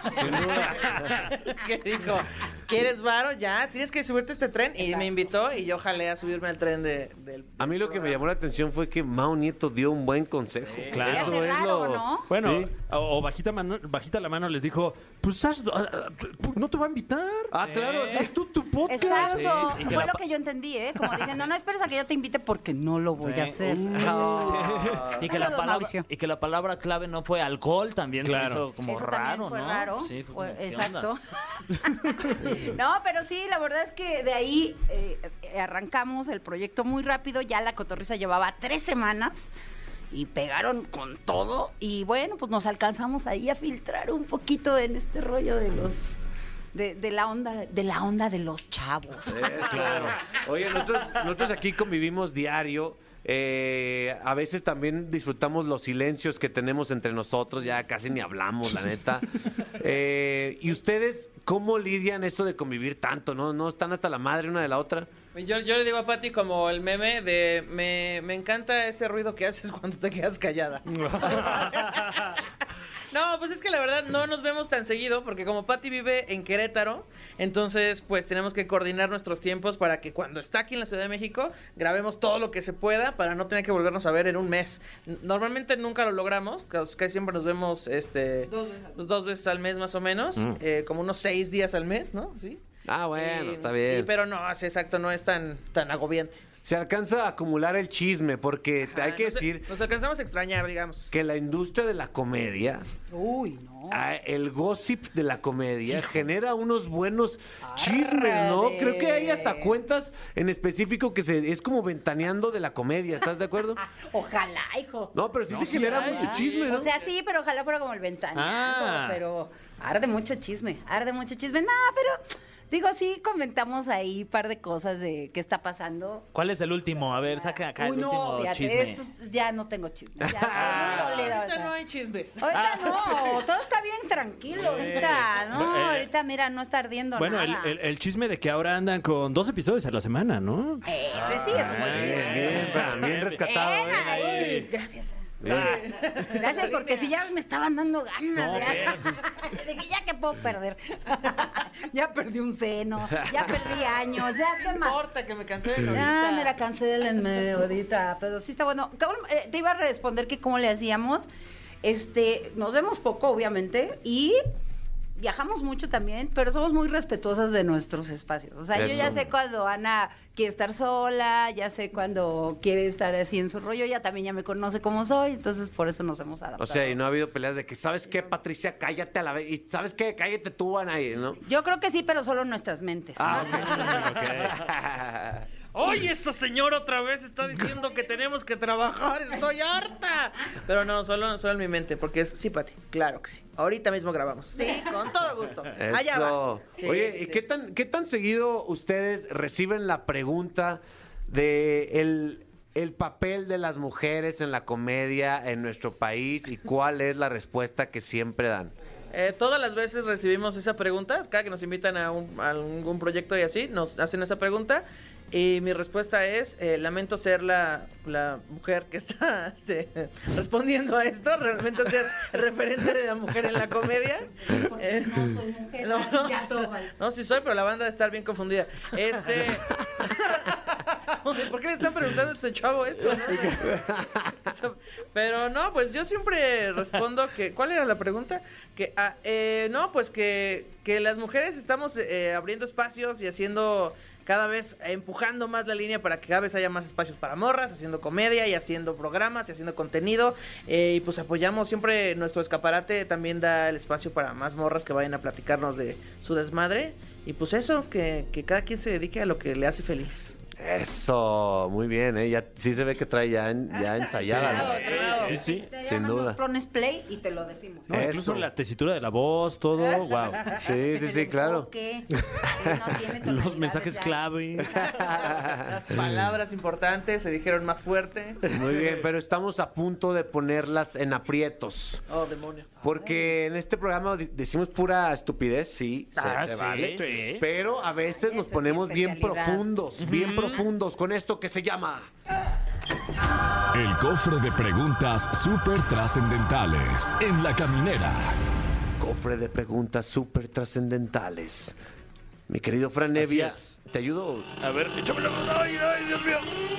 Que dijo, ¿quieres varo? Ya, tienes que subirte a este tren. Y me invitó y yo jalé a subirme al tren del... A mí lo que me llamó la atención fue que Mau Nieto dio un buen consejo. Claro. Eso es raro, lo... ¿no? Bueno, Sí. o bajita la mano les dijo, pues no te va a invitar. Ah, claro, sí. Haz tú tu podcast. Exacto. Sí, y que Fue la lo que yo entendí, ¿eh? Como diciendo, no esperes a que yo te invite porque no lo voy a hacer. Y que, la Saludos, palabra, Mauricio. y que la palabra clave no fue alcohol, también Claro. se hizo como Eso raro, también fue ¿no? raro. Sí, fue como, ¿qué Exacto. onda? No, pero sí, la verdad es que de ahí arrancamos el proyecto muy rápido. Ya la cotorriza llevaba 3 semanas y pegaron con todo. Y bueno, pues nos alcanzamos ahí a filtrar un poquito en este rollo de los... De la onda de los chavos. Claro. Oye, nosotros aquí convivimos diario. A veces también disfrutamos los silencios que tenemos entre nosotros. Ya casi ni hablamos, la neta. ¿Y ustedes cómo lidian eso de convivir tanto? ¿No están hasta la madre una de la otra? Yo le digo a Pati como el meme de me encanta ese ruido que haces cuando te quedas callada. No, pues es que la verdad no nos vemos tan seguido porque como Pati vive en Querétaro, entonces pues tenemos que coordinar nuestros tiempos para que cuando está aquí en la Ciudad de México grabemos todo lo que se pueda para no tener que volvernos a ver en un mes. Normalmente nunca lo logramos, casi siempre nos vemos 2 veces al mes más o menos, como unos 6 días al mes, ¿no? Sí. Ah, bueno, está bien. Pero no, sí, exacto, no es tan agobiante. Se alcanza a acumular el chisme porque hay que decir Nos alcanzamos a extrañar, digamos. que la industria de la comedia, Uy, no. el gossip de la comedia genera unos buenos chismes, ¿no? Árale. Creo que hay hasta cuentas en específico que es como ventaneando de la comedia, ¿estás de acuerdo? Ojalá, hijo. No, pero sí se genera mucho chisme, ¿no? O sea, sí, pero ojalá fuera como el ventaneando. Pero arde mucho chisme. No, pero digo, sí comentamos ahí un par de cosas de qué está pasando. ¿Cuál es el último? A ver, saca acá Uy, el último no, fíjate, chisme. estos ya no tengo chisme. Ya estoy muy dolida. Ahorita no hay chismes. Ahorita no, todo está bien tranquilo ahorita, ¿no? Ahorita, mira, no está ardiendo Bueno, nada. el chisme de que ahora andan con 2 episodios a la semana, ¿no? Ese sí es un buen chisme. Bien rescatado, ¿eh? Ay, gracias. Gracias, porque si ya me estaban dando ganas. De que ya que puedo perder. Ya perdí un seno, ya perdí años, ya qué No más. importa que me cancelen Ya ahorita. me la cancelé en medio ahorita, pero sí está bueno. Cabrón, te iba a responder que cómo le hacíamos. Nos vemos poco, obviamente, y viajamos mucho también, pero somos muy respetuosas de nuestros espacios. O sea, yo ya Eso. sé cuando Ana quiere estar sola, ya sé cuando quiere estar así en su rollo, ella también ya me conoce como soy, entonces por eso nos hemos adaptado. O sea, y no ha habido peleas de que, ¿sabes qué, Patricia? Cállate a la vez. Y ¿sabes qué? Cállate tú, Ana, ¿no? Yo creo que sí, pero solo en nuestras mentes. Oye, esta señora otra vez está diciendo que tenemos que trabajar, estoy harta. Pero no, solo en mi mente, porque sí, Pati, claro que sí. Ahorita mismo grabamos. Sí, con todo gusto. Allá va. Eso. Sí, Oye, sí. ¿qué tan seguido ustedes reciben la pregunta de el papel de las mujeres en la comedia en nuestro país y cuál es la respuesta que siempre dan? Todas las veces recibimos esa pregunta, cada que nos invitan a algún proyecto y así, nos hacen esa pregunta. Y mi respuesta es, lamento ser la mujer que está respondiendo a esto, lamento ser referente de la mujer en la comedia. Porque no soy mujer. Ya todo mal. No, sí soy, pero la banda debe estar bien confundida. ¿Por qué le están preguntando a este chavo esto? ¿No? Pero no, pues yo siempre respondo que... ¿Cuál era la pregunta? No, pues que las mujeres estamos abriendo espacios y haciendo... cada vez empujando más la línea para que cada vez haya más espacios para morras, haciendo comedia y haciendo programas y haciendo contenido. Y pues apoyamos siempre, nuestro escaparate también da el espacio para más morras que vayan a platicarnos de su desmadre. Y pues eso, que cada quien se dedique a lo que le hace feliz. Eso, muy bien, ¿eh? Ya, sí se ve que trae ya ensayada. ¿no? Sí, sí. Te Sin llamamos, duda. pones play y te lo decimos. No, incluso Eso. la tesitura de la voz, todo, wow. Sí, claro. ¿Qué? Los mensajes clave. Las palabras importantes se dijeron más fuerte. Muy bien, pero estamos a punto de ponerlas en aprietos. Oh, demonios. Porque en este programa decimos pura estupidez, sí, se vale. Sí. Pero a veces nos Esa es ponemos mi bien especialidad. bien profundos con esto que se llama... El cofre de preguntas súper trascendentales en La Caminera. Cofre de preguntas súper trascendentales. Mi querido Fran Nevia, es. ¿te ayudo? A ver, échamelo. Ay, Dios mío.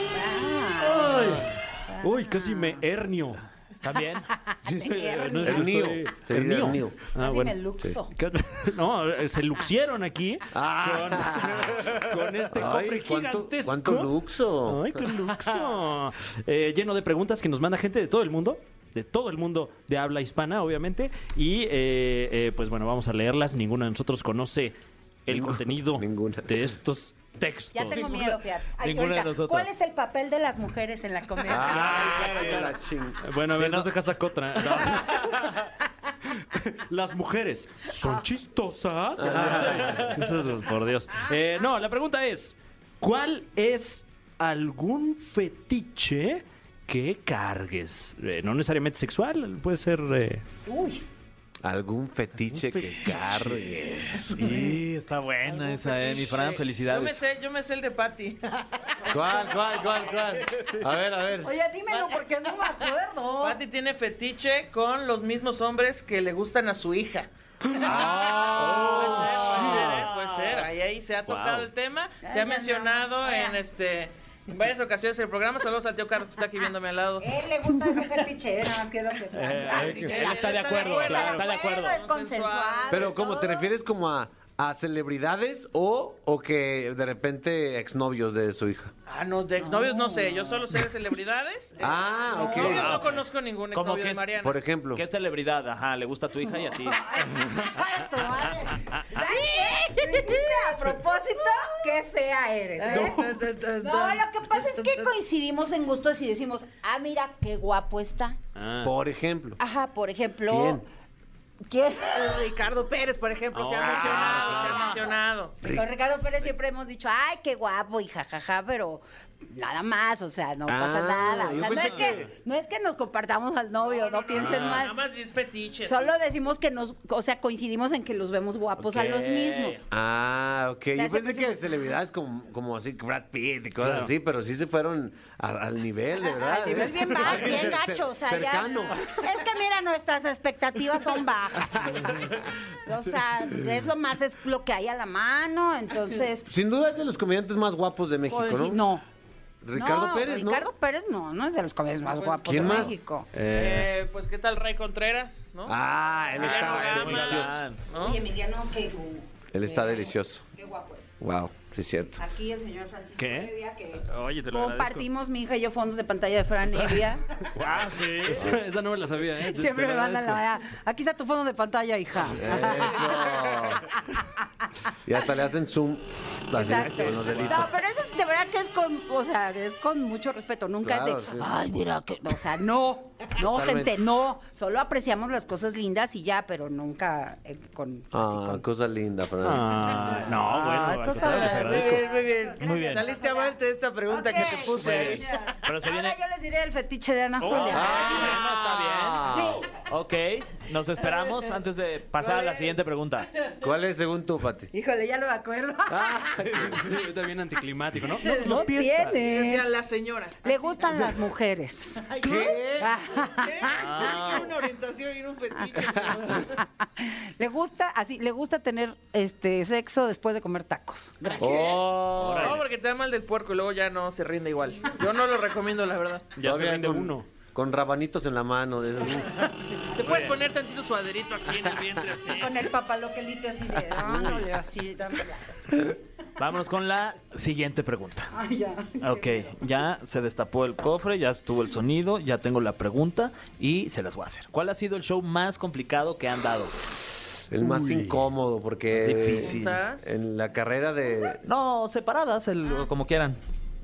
Uy, casi me hernio. ¿También? Sí, sí, Hernio. no sé, Hernio. estoy- Se dice hernio. hernio. Casi me luxo. No, se luxieron aquí con este cofre gigantesco. ¿Cuánto luxo? Ay, qué luxo. Lleno de preguntas que nos manda gente de todo el mundo. De todo el mundo de habla hispana, obviamente. Y pues bueno, vamos a leerlas. Ninguno de nosotros conoce el contenido ninguna. de estos textos. Ya tengo miedo, fíjate. Ay, Ninguna de ahorita, nosotras. ¿cuál es el papel de las mujeres en la comedia? Ay, la ching- Bueno, a ver, no- no se casa Cotra. No. Las mujeres son chistosas. Eso es, por Dios. No, la pregunta es: ¿cuál es algún fetiche que cargues? No necesariamente sexual, puede ser. Uy, ¿Algún fetiche que cargues? Sí, está buena esa, mi Fran, felicidades. Yo me sé el de Patty. ¿Cuál? A ver. oye, dímelo porque no me acuerdo. Patty tiene fetiche con los mismos hombres que le gustan a su hija. Puede ser. Ahí se ha tocado el tema. Se ha mencionado en varias ocasiones en el programa. Saludos al tío Carlos que está aquí viéndome al lado. Él le gusta ese fetiche, nada más que lo que Él está de acuerdo, claro, está de acuerdo. Es consensuado. Pero y ¿cómo todo. te refieres como a celebridades o que de repente exnovios de su hija? Ah, no, de exnovios no sé. Yo solo sé de celebridades. Ah, ok. Novios no conozco ningún ¿Cómo exnovio que de es? Mariana. Por ejemplo. ¿Qué celebridad? Ajá, le gusta a tu hija y a ti. Ay, tu madre. ¿Sabes qué? Lo hiciste a propósito, qué fea eres. ¿eh? No, lo que pasa es que coincidimos en gustos y decimos, ah, mira, qué guapo está. Por ejemplo. Ajá, por ejemplo. ¿Quién? Ricardo Pérez, por ejemplo, se ha mencionado. Con Ricardo Pérez siempre hemos dicho, ay, qué guapo y jajaja, pero nada más, o sea, no pasa nada. O yo sea, pensé no es que nos compartamos al novio, no piensen Nada mal. más es fetiche. Solo decimos que coincidimos en que los vemos guapos a los mismos. Ah, ok. O sea, Yo pensé siempre que celebridades como así, Brad Pitt y cosas así, pero sí se fueron al nivel, de verdad. Al nivel bien bajo, bien gacho, o sea, cercano. ya. Es que mira, nuestras expectativas son bajas. O sea, es lo que hay a la mano, entonces. Sin duda es de los comediantes más guapos de México, pues, ¿no? no. Ricardo No, Pérez, ¿no? Ricardo Pérez no es de los comediantes más guapos ¿quién de más? México. Pues, ¿qué tal Ray Contreras? ¿No? Ah, él está Emiliano delicioso. Gama, ¿no? Oye, Emiliano, Él está delicioso. qué guapo es. Wow, sí es cierto. Aquí el señor Francisco ¿Qué? Evia, que Oye, te lo compartimos mi hija y yo fondos de pantalla de Fran Evia. Ah, sí. Esa no me la sabía, ¿eh? Siempre Te me lo mandan agradezco. aquí está tu fondo de pantalla, hija. Eso. Y hasta le hacen zoom. Así, Exacto. con los deditos. No, pero eso de verdad que es con mucho respeto. Nunca Claro, es de, sí. ay, mira, que, o sea, no, Totalmente. gente, no. Solo apreciamos las cosas lindas y ya, pero nunca con, así Ah, con. cosa linda, Fran. Ah, no, bueno, Ah, al cosa contrario, les linda. agradezco. Muy bien. Muy bien. Saliste avante de esta pregunta que te puse. Pero se Ahora viene... yo les diré el fetiche de Ana Julia. Bueno, está bien. Ok, nos esperamos antes de pasar a la siguiente pregunta. ¿Cuál es según tú, Pati? Híjole, ya no me acuerdo. Sí, está bien anticlimático, ¿no? No tiene. Decían las señoras. Le gustan las mujeres. ¿Qué? Ah. Una orientación y un fetiche. Le gusta tener sexo después de comer tacos. Gracias. Oh, No, porque te da mal del puerco y luego ya no se rinde igual. Yo no lo recomiendo, la verdad. Ya se todavía rinde con, uno. con rabanitos en la mano. De esos. Te puedes poner tantito suaderito aquí en el vientre así. Con el papaloquelito así de, ándale, así, dámela. Vámonos con la siguiente pregunta. Ay, ya. Ok, ya se destapó el cofre, ya estuvo el sonido, ya tengo la pregunta y se las voy a hacer. ¿Cuál ha sido el show más complicado que han dado? El más incómodo, porque Difícil. ¿Estás? en la carrera de... No, separadas, como quieran.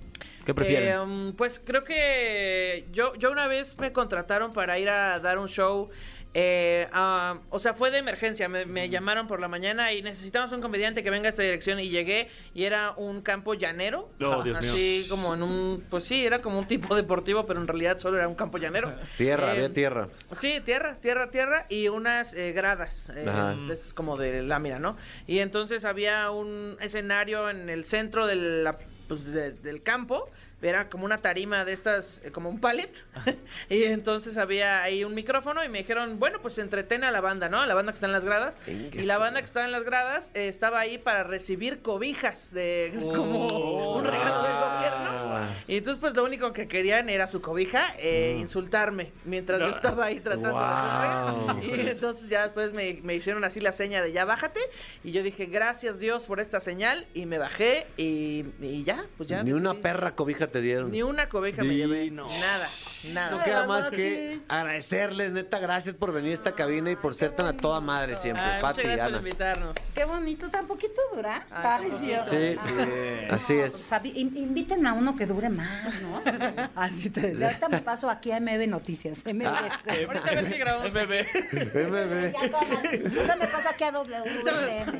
¿Qué prefieren? Pues creo que yo una vez me contrataron para ir a dar un show. O sea, fue de emergencia. Me llamaron por la mañana y necesitamos un comediante que venga a esta dirección. Y llegué y era un campo llanero. Oh, Dios así mío. como en un. Pues sí, era como un tipo deportivo, pero en realidad solo era un campo llanero. Tierra, había tierra. Sí, tierra y unas gradas. De esas como de lámina, ¿no? Y entonces había un escenario en el centro del campo. Era como una tarima de estas, como un pallet. Y entonces había ahí un micrófono y me dijeron, bueno, pues entretén a la banda, ¿no? A la banda que está en las gradas. Y la banda que estaba en las gradas estaba ahí para recibir cobijas de como un regalo del gobierno. Y entonces pues lo único que querían era su cobija, insultarme, mientras yo estaba ahí tratando de hacer. Y entonces ya después me hicieron así la seña de ya bájate. Y yo dije, gracias Dios por esta señal. Y me bajé y ya, pues ya. Ni una perra cobija te dieron. Ni una cobija me llevé. Nada. No queda más que agradecerles, neta, gracias por venir a esta cabina y por ser tan a toda madre siempre. Ay, Pati, muchas gracias por Ana. invitarnos. Qué bonito, tan poquito dura. Ay, Sí, así es. O sea, inviten a uno que dure más, ¿no? Así te decía. Ahorita me paso aquí a MB Noticias. MB. Ahorita a ver qué grabamos. MB. Ahorita me paso aquí a WM.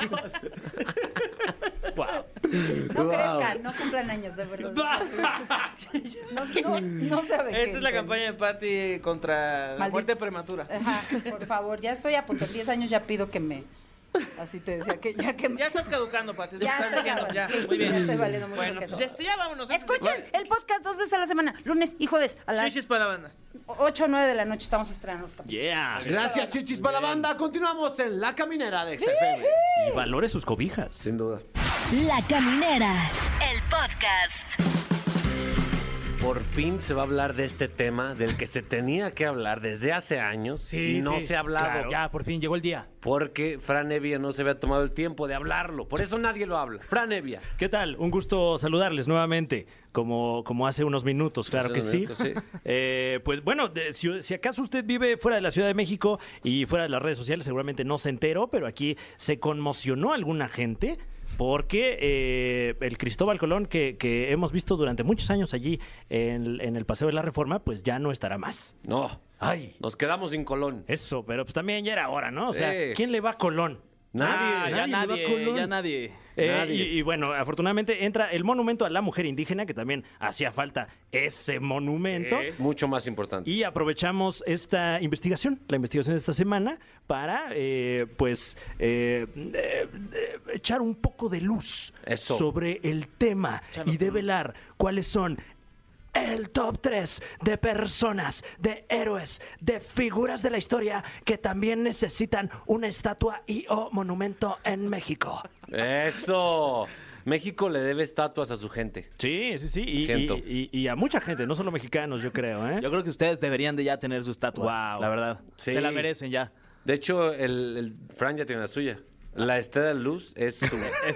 Wow. No crezcan, no cumplan años, de verdad. No sabe. Esta es la campaña de Pati contra la muerte prematura. Ajá, por favor, ya estoy a punto. En 10 años ya pido que me... Así te decía, Ya estás caducando, Pati. Ya estás diciendo, estoy, ya. sí, Muy bien. ya estoy valiendo mucho Bueno, queso. pues ya vámonos. Escuchen el podcast 2 veces a la semana, lunes y jueves a las Chichis para la banda. 8 o 9 de la noche estamos estrenando los capítulos. Yeah. Gracias, Chichis, para la banda. Continuamos en La Caminera de XFM. Y valore sus cobijas. Sin duda. La Caminera, el podcast. Por fin se va a hablar de este tema del que se tenía que hablar desde hace años y no se ha hablado. Claro. Ya, por fin llegó el día. Porque Fran Evia no se había tomado el tiempo de hablarlo. Por eso nadie lo habla. Fran Evia. ¿Qué tal? Un gusto saludarles nuevamente, como hace unos minutos, claro Hace que unos sí. minutos, sí. Pues bueno, si acaso usted vive fuera de la Ciudad de México y fuera de las redes sociales, seguramente no se enteró, pero aquí se conmocionó alguna gente porque el Cristóbal Colón que hemos visto durante muchos años allí en el Paseo de la Reforma, pues ya no estará más. No. Ay, Nos quedamos sin Colón. eso, pero pues también ya era hora, ¿no? O sea, Sí. ¿quién le va a Colón? Nadie. Ya le va a Colón. ya nadie. Nadie. Y bueno, afortunadamente entra el monumento a la mujer indígena, que también hacía falta ese monumento. Mucho más importante. Y aprovechamos esta investigación, la investigación de esta semana, para echar un poco de luz Eso. sobre el tema y develar cuáles son el top 3 de personas, de héroes, de figuras de la historia que también necesitan una estatua y o monumento en México. Eso. México le debe estatuas a su gente. Sí, sí, sí. Siento. Y a mucha gente, no solo mexicanos, yo creo, ¿eh? Yo creo que ustedes deberían de ya tener su estatua. Wow. La verdad. Sí. Se la merecen ya. De hecho, el Fran ya tiene la suya. La Estrella de Luz es su...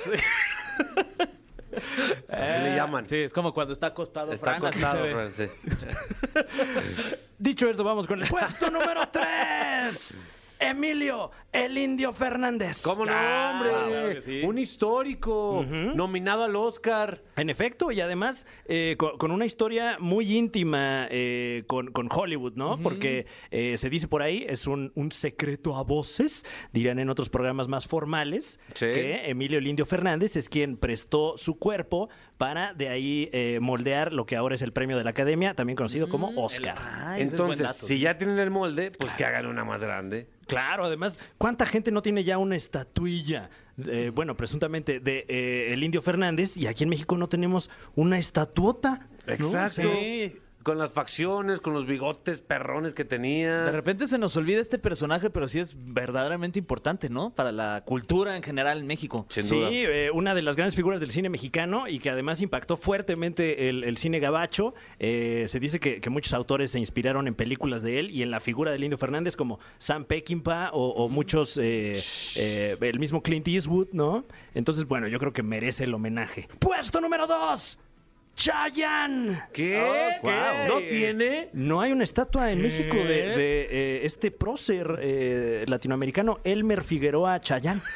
Así le llaman. Sí, es como cuando está acostado Está Fran, así acostado, se ve. Fran, sí. Dicho esto, vamos con el puesto número 3. Emilio, el Indio Fernández. ¿Cómo no, hombre? Claro que sí. Un histórico, nominado al Oscar. En efecto, y además con una historia muy íntima con Hollywood, ¿no? Porque se dice por ahí, es un secreto a voces, dirían en otros programas más formales, Sí. que Emilio el Indio Fernández es quien prestó su cuerpo para de ahí moldear lo que ahora es el premio de la Academia, también conocido como Oscar. Ese es buen Entonces, dato. si ya tienen el molde, pues que hagan una más grande. Claro, además, ¿cuánta gente no tiene ya una estatuilla? Bueno, presuntamente de el Indio Fernández, y aquí en México no tenemos una estatuota. ¿no? Exacto. Sí. Con las facciones, con los bigotes perrones que tenía. De repente se nos olvida este personaje, pero sí es verdaderamente importante, ¿no? Para la cultura en general en México. Sin Sí, duda. una de las grandes figuras del cine mexicano y que además impactó fuertemente el cine gabacho. Se dice que muchos autores se inspiraron en películas de él y en la figura del Indio Fernández, como Sam Peckinpah o muchos, el mismo Clint Eastwood, ¿no? Entonces, bueno, yo creo que merece el homenaje. Puesto número 2. Chayanne. ¿Qué? Wow. ¿No tiene? No hay una estatua en México de este prócer latinoamericano, Elmer Figueroa Chayanne.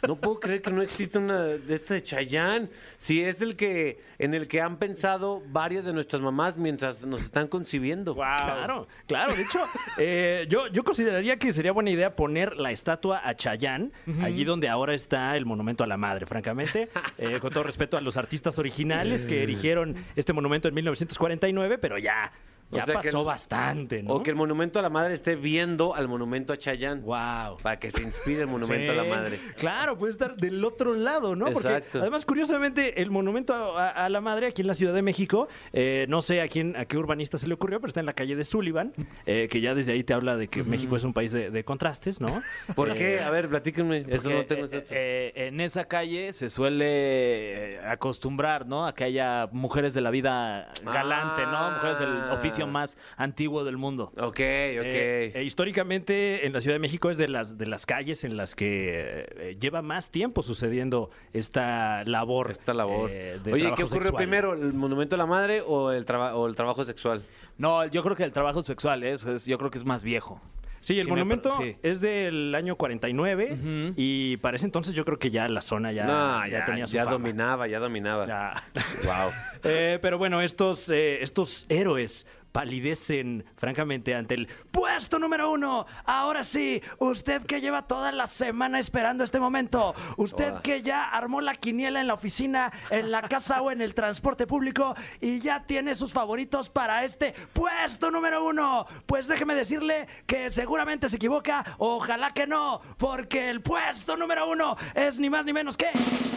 No puedo creer que no existe una de esta de Chayanne. Si es en el que han pensado varias de nuestras mamás mientras nos están concibiendo. Claro, claro. De hecho, yo consideraría que sería buena idea poner la estatua a Chayanne, allí donde ahora está el monumento a la madre, francamente. Con todo respeto a los artistas originales que erigieron este monumento en 1949, pero ya pasó bastante, ¿no? O que el monumento a la madre esté viendo al monumento a Chayanne. Wow. Para que se inspire el monumento a la madre. Claro, puede estar del otro lado, ¿no? Exacto. Porque además, curiosamente, el monumento a la madre aquí en la Ciudad de México, no sé a qué urbanista se le ocurrió, pero está en la calle de Sullivan, que ya desde ahí te habla de que México es un país de contrastes, ¿no? ¿Por qué? A ver, platíquenme. Eso no tengo en esa calle se suele acostumbrar, ¿no? A que haya mujeres de la vida galante, ¿no? Mujeres del oficio más antiguo del mundo. Ok. Históricamente en la Ciudad de México es de las calles en las que lleva más tiempo sucediendo esta labor. Oye, ¿qué trabajo ocurrió sexual. primero? ¿El monumento a la madre o el trabajo sexual? No, yo creo que el trabajo sexual yo creo que es más viejo. Sí, el monumento sí. es del año 49 y para ese entonces yo creo que ya la zona ya tenía su fama. Ya dominaba. Ya. Wow. Pero bueno, estos héroes palidecen, francamente, ante el puesto número 1. Ahora sí, usted que lleva toda la semana esperando este momento, usted que ya armó la quiniela en la oficina, en la casa o en el transporte público y ya tiene sus favoritos para este puesto número 1. Pues déjeme decirle que seguramente se equivoca, ojalá que no, porque el puesto número 1 es ni más ni menos que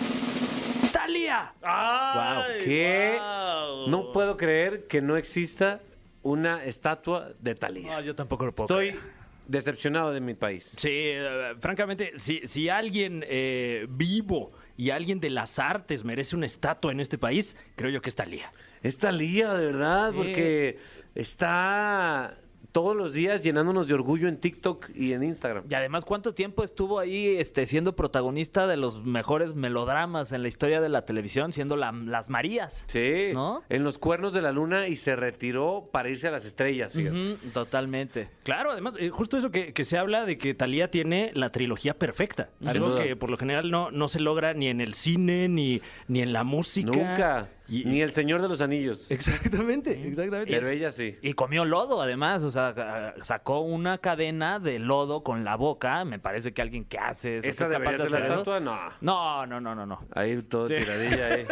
Thalía. Wow. ¿Qué? Wow. No puedo creer que no exista una estatua de Thalía. No, yo tampoco lo puedo Estoy decepcionado de mi país. Sí, francamente, si alguien vivo y alguien de las artes merece una estatua en este país, creo yo que es Thalía. Es Thalía, de verdad, Sí. porque está todos los días llenándonos de orgullo en TikTok y en Instagram. Y además, ¿cuánto tiempo estuvo ahí siendo protagonista de los mejores melodramas en la historia de la televisión, siendo Las Marías? Sí, ¿No? en Los Cuernos de la Luna y se retiró para irse a las estrellas, fíjate. Ujú, totalmente. Claro, además, justo eso que se habla de que Thalía tiene la trilogía perfecta. Sin Algo duda. que por lo general no se logra ni en el cine, ni en la música. Nunca. Y- Ni El Señor de los Anillos. Exactamente. Pero ella sí. Y comió lodo, además, o sea, sacó una cadena de lodo con la boca. Me parece que alguien que hace eso, ¿Esa que es capaz debería de ser la hacer eso- estatua? No. No. Ahí todo tiradilla ahí.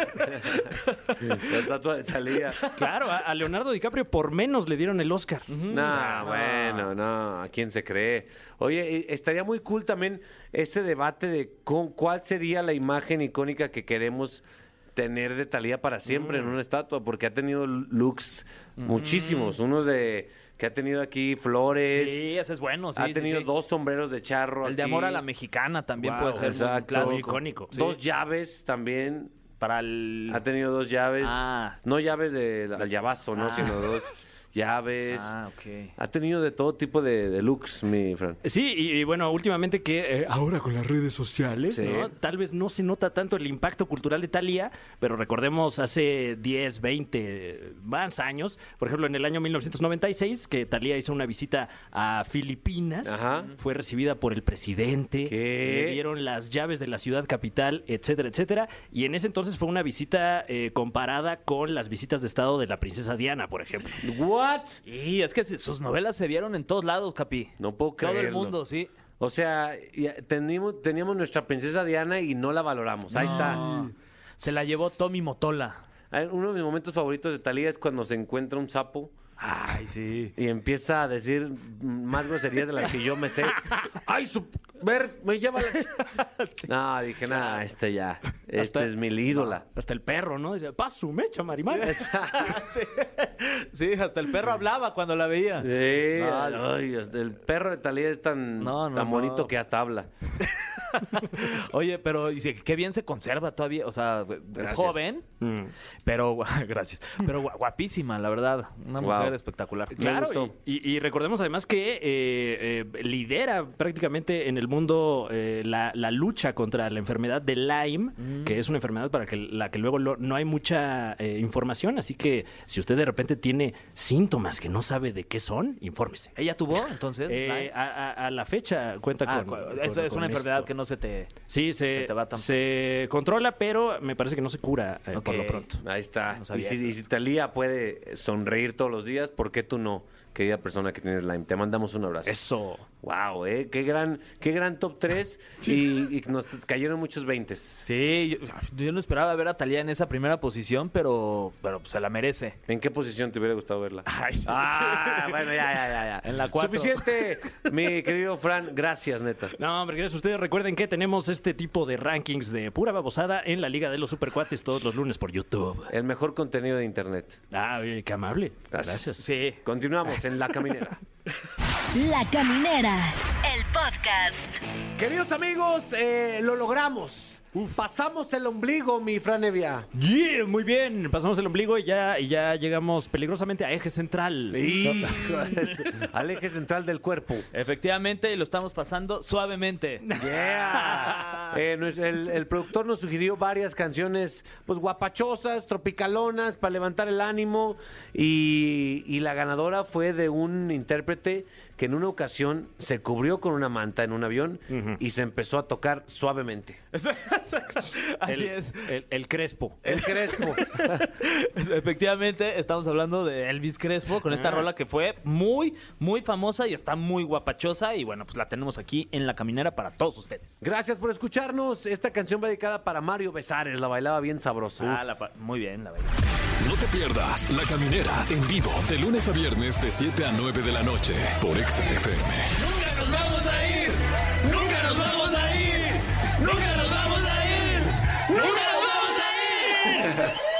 La estatua de Thalía. Claro, a Leonardo DiCaprio por menos le dieron el Oscar. No, bueno, no, ¿a quién se cree? Oye, estaría muy cool también ese debate de cuál sería la imagen icónica que queremos tener de Thalía para siempre en una estatua, porque ha tenido looks muchísimos, unos de que ha tenido aquí flores, Sí, ese es bueno, sí. ha sí, tenido sí. 2 sombreros de charro El de aquí. amor a la mexicana también Wow, puede ser muy exacto. clásico. Muy icónico. 2 llaves también. Para el... Ha tenido 2 llaves. Ah. No llaves al llavazo, ¿no? Ah. Sino 2 llaves. Ah, ok. Ha tenido de todo tipo de looks, mi Fran. Sí, y bueno, últimamente que ahora con las redes sociales, Sí. ¿no? Tal vez no se nota tanto el impacto cultural de Thalía, pero recordemos hace 10, 20 más años, por ejemplo, en el año 1996, que Thalía hizo una visita a Filipinas, Ajá. fue recibida por el presidente, ¿Qué? le dieron las llaves de la ciudad capital, etcétera, etcétera, y en ese entonces fue una visita comparada con las visitas de estado de la princesa Diana, por ejemplo. ¿What? Y es que sus novelas se vieron en todos lados, Capi. No puedo Todo creerlo. el mundo, sí. O sea, teníamos nuestra princesa Diana y no la valoramos. Ahí está. Se la llevó Tommy Motola. Uno de mis momentos favoritos de Thalía es cuando se encuentra un sapo Ay, sí. y empieza a decir más groserías de las que yo me sé. ¡Ay, ver, me lleva la... No, dije, nada, ya. Es mi ídola. Hasta el perro, ¿no? Dice, paso, mecha, marimar. Sí, hasta el perro hablaba cuando la veía. Sí, No, ay, hasta el perro de Thalía es tan bonito no. que hasta habla. Oye, pero dice, qué bien se conserva todavía. O sea, es Gracias. joven, pero gracias. Pero guapísima, la verdad. Una Wow. mujer espectacular. Claro, gustó. y recordemos además que lidera prácticamente en el mundo la lucha contra la enfermedad de Lyme, que es una enfermedad para la que luego no hay mucha información, así que si usted de repente tiene síntomas que no sabe de qué son, infórmese. ¿Ella tuvo entonces? A la fecha cuenta es una con enfermedad esto. que no se te... Sí, se te va tan... se controla, pero me parece que no se cura por lo pronto. Ahí está. No sabía y si Talía puede sonreír todos los días, ¿por qué tú no, querida persona que tienes Lyme? Te mandamos un abrazo. Eso. Wow, qué gran top 3 y nos cayeron muchos 20. Sí, yo no esperaba ver a Talía en esa primera posición, pero pues, se la merece. ¿En qué posición te hubiera gustado verla? Bueno, ya. En la 4. Suficiente, mi querido Fran. Gracias, neta. No, hombre, gracias a ustedes. Recuerden que tenemos este tipo de rankings de pura babosada en la Liga de los Supercuates todos los lunes por YouTube. El mejor contenido de internet. Oye, qué amable. Gracias. Sí. Continuamos en La Caminera. La Caminera, el podcast. Queridos amigos, lo logramos. Pasamos el ombligo, mi Fran Evia. Yeah, muy bien. Pasamos el ombligo y ya llegamos peligrosamente a eje central. Al eje central del cuerpo. Efectivamente, y lo estamos pasando suavemente. Yeah. El productor nos sugirió varias canciones, pues guapachosas, tropicalonas, para levantar el ánimo. Y la ganadora fue de un intérprete que en una ocasión se cubrió con una manta en un avión y se empezó a tocar suavemente. Así es. El Crespo. El Crespo. Efectivamente, estamos hablando de Elvis Crespo con esta rola que fue muy, muy famosa y está muy guapachosa. Y bueno, pues la tenemos aquí en La Caminera para todos ustedes. Gracias por escucharnos. Esta canción va dedicada para Mario Besares. La bailaba bien sabrosa. Muy bien, la baila. No te pierdas La Caminera en vivo de lunes a viernes de 7 a 9 de la noche por Exa FM. ¡Nunca nos vamos a ir! ¡Nunca nos vamos a ir! ¡Nunca nos vamos a ir! ¡Nunca nos vamos a ir!